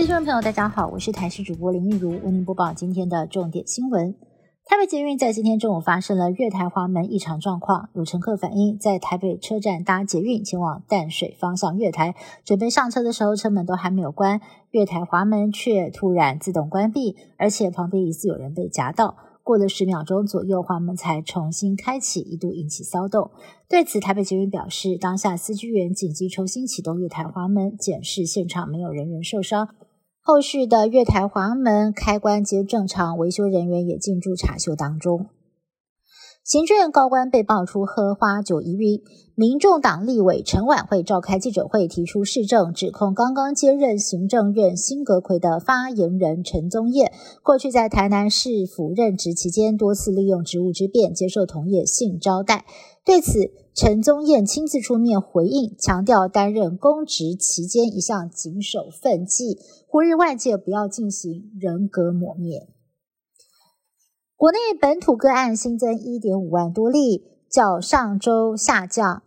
新闻朋友大家好，我是台视主播林玉如，为您播报今天的重点新闻。台北捷运在今天中午发生了月台滑门异常状况，有乘客反映在台北车站搭捷运前往淡水方向月台，准备上车的时候车门都还没有关，月台滑门却突然自动关闭，而且旁边疑似有人被夹到，过了10秒钟左右滑门才重新开启，一度引起骚动。对此台北捷运表示，当下司机员紧急重新启动月台滑门，检视现场没有人员受伤，后续的月台滑门开关皆正常，维修人员也进驻查修当中。行政院高官被爆出喝花酒疑云，民众党立委陈婉慧召开记者会提出事证，指控刚刚接任行政院新阁揆的发言人陈宗彦，过去在台南市府任职期间多次利用职务之便接受同业性招待。对此，陈宗彦亲自出面回应，强调担任公职期间一向谨守分际，呼吁外界不要进行人格抹灭。国内本土个案新增 1.5 万多例，较上周下降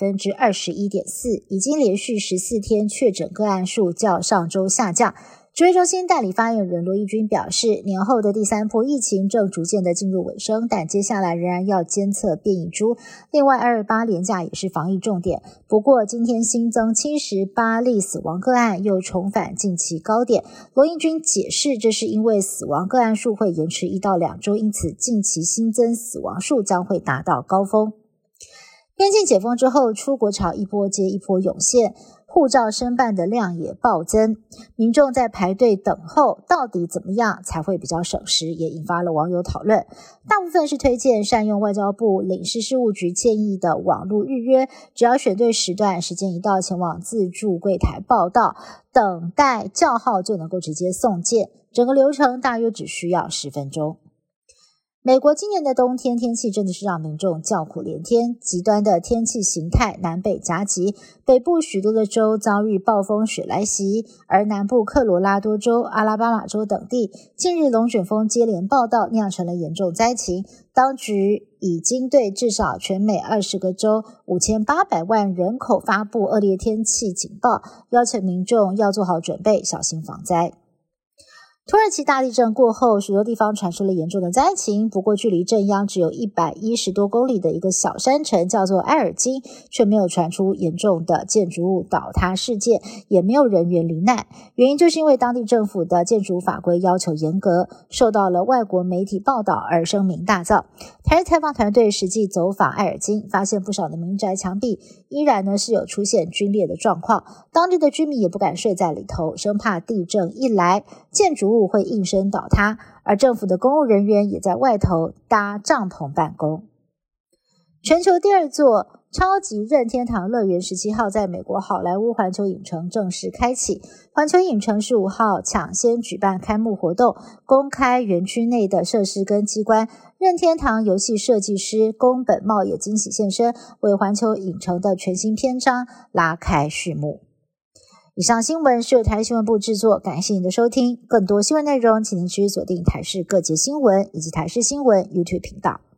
21.4%， 已经连续14天确诊个案数较上周下降。指挥中心代理发言人罗益军表示，年后的第3波疫情正逐渐的进入尾声，但接下来仍然要监测变异株。另外228连假也是防疫重点，不过今天新增78例死亡个案，又重返近期高点。罗益军解释，这是因为死亡个案数会延迟1到2周，因此近期新增死亡数将会达到高峰。边境解封之后，出国潮一波接一波涌现，护照申办的量也暴增，民众在排队等候，到底怎么样才会比较省时，也引发了网友讨论。大部分是推荐善用外交部领事事务局建议的网络预约，只要选对时段，时间一到前往自助柜台报到，等待叫号就能够直接送件，整个流程大约只需要10分钟。美国今年的冬天天气真的是让民众叫苦连天，极端的天气形态南北夹击，北部许多的州遭遇暴风雪来袭，而南部科罗拉多州、阿拉巴马州等地近日龙卷风接连报道，酿成了严重灾情。当局已经对至少全美20个州5800万人口发布恶劣天气警报，要求民众要做好准备，小心防灾。土耳其大地震过后，许多地方传出了严重的灾情，不过距离震央只有110多公里的一个小山城叫做埃尔金，却没有传出严重的建筑物倒塌事件，也没有人员罹难。原因就是因为当地政府的建筑法规要求严格，受到了外国媒体报道而声名大噪。台视采访团队实际走访埃尔金，发现不少的民宅墙壁依然是有出现龟裂的状况，当地的居民也不敢睡在里头，生怕地震一来，建筑物会应声倒塌，而政府的公务人员也在外头搭帐篷办公。全球第2座超级任天堂乐园17号在美国好莱坞环球影城正式开启，环球影城15号抢先举办开幕活动，公开园区内的设施跟机关，任天堂游戏设计师宫本茂也惊喜现身，为环球影城的全新篇章拉开序幕。以上新闻是由台视新闻部制作，感谢您的收听。更多新闻内容，请您持续锁定台视各节新闻以及台视新闻 YouTube 频道。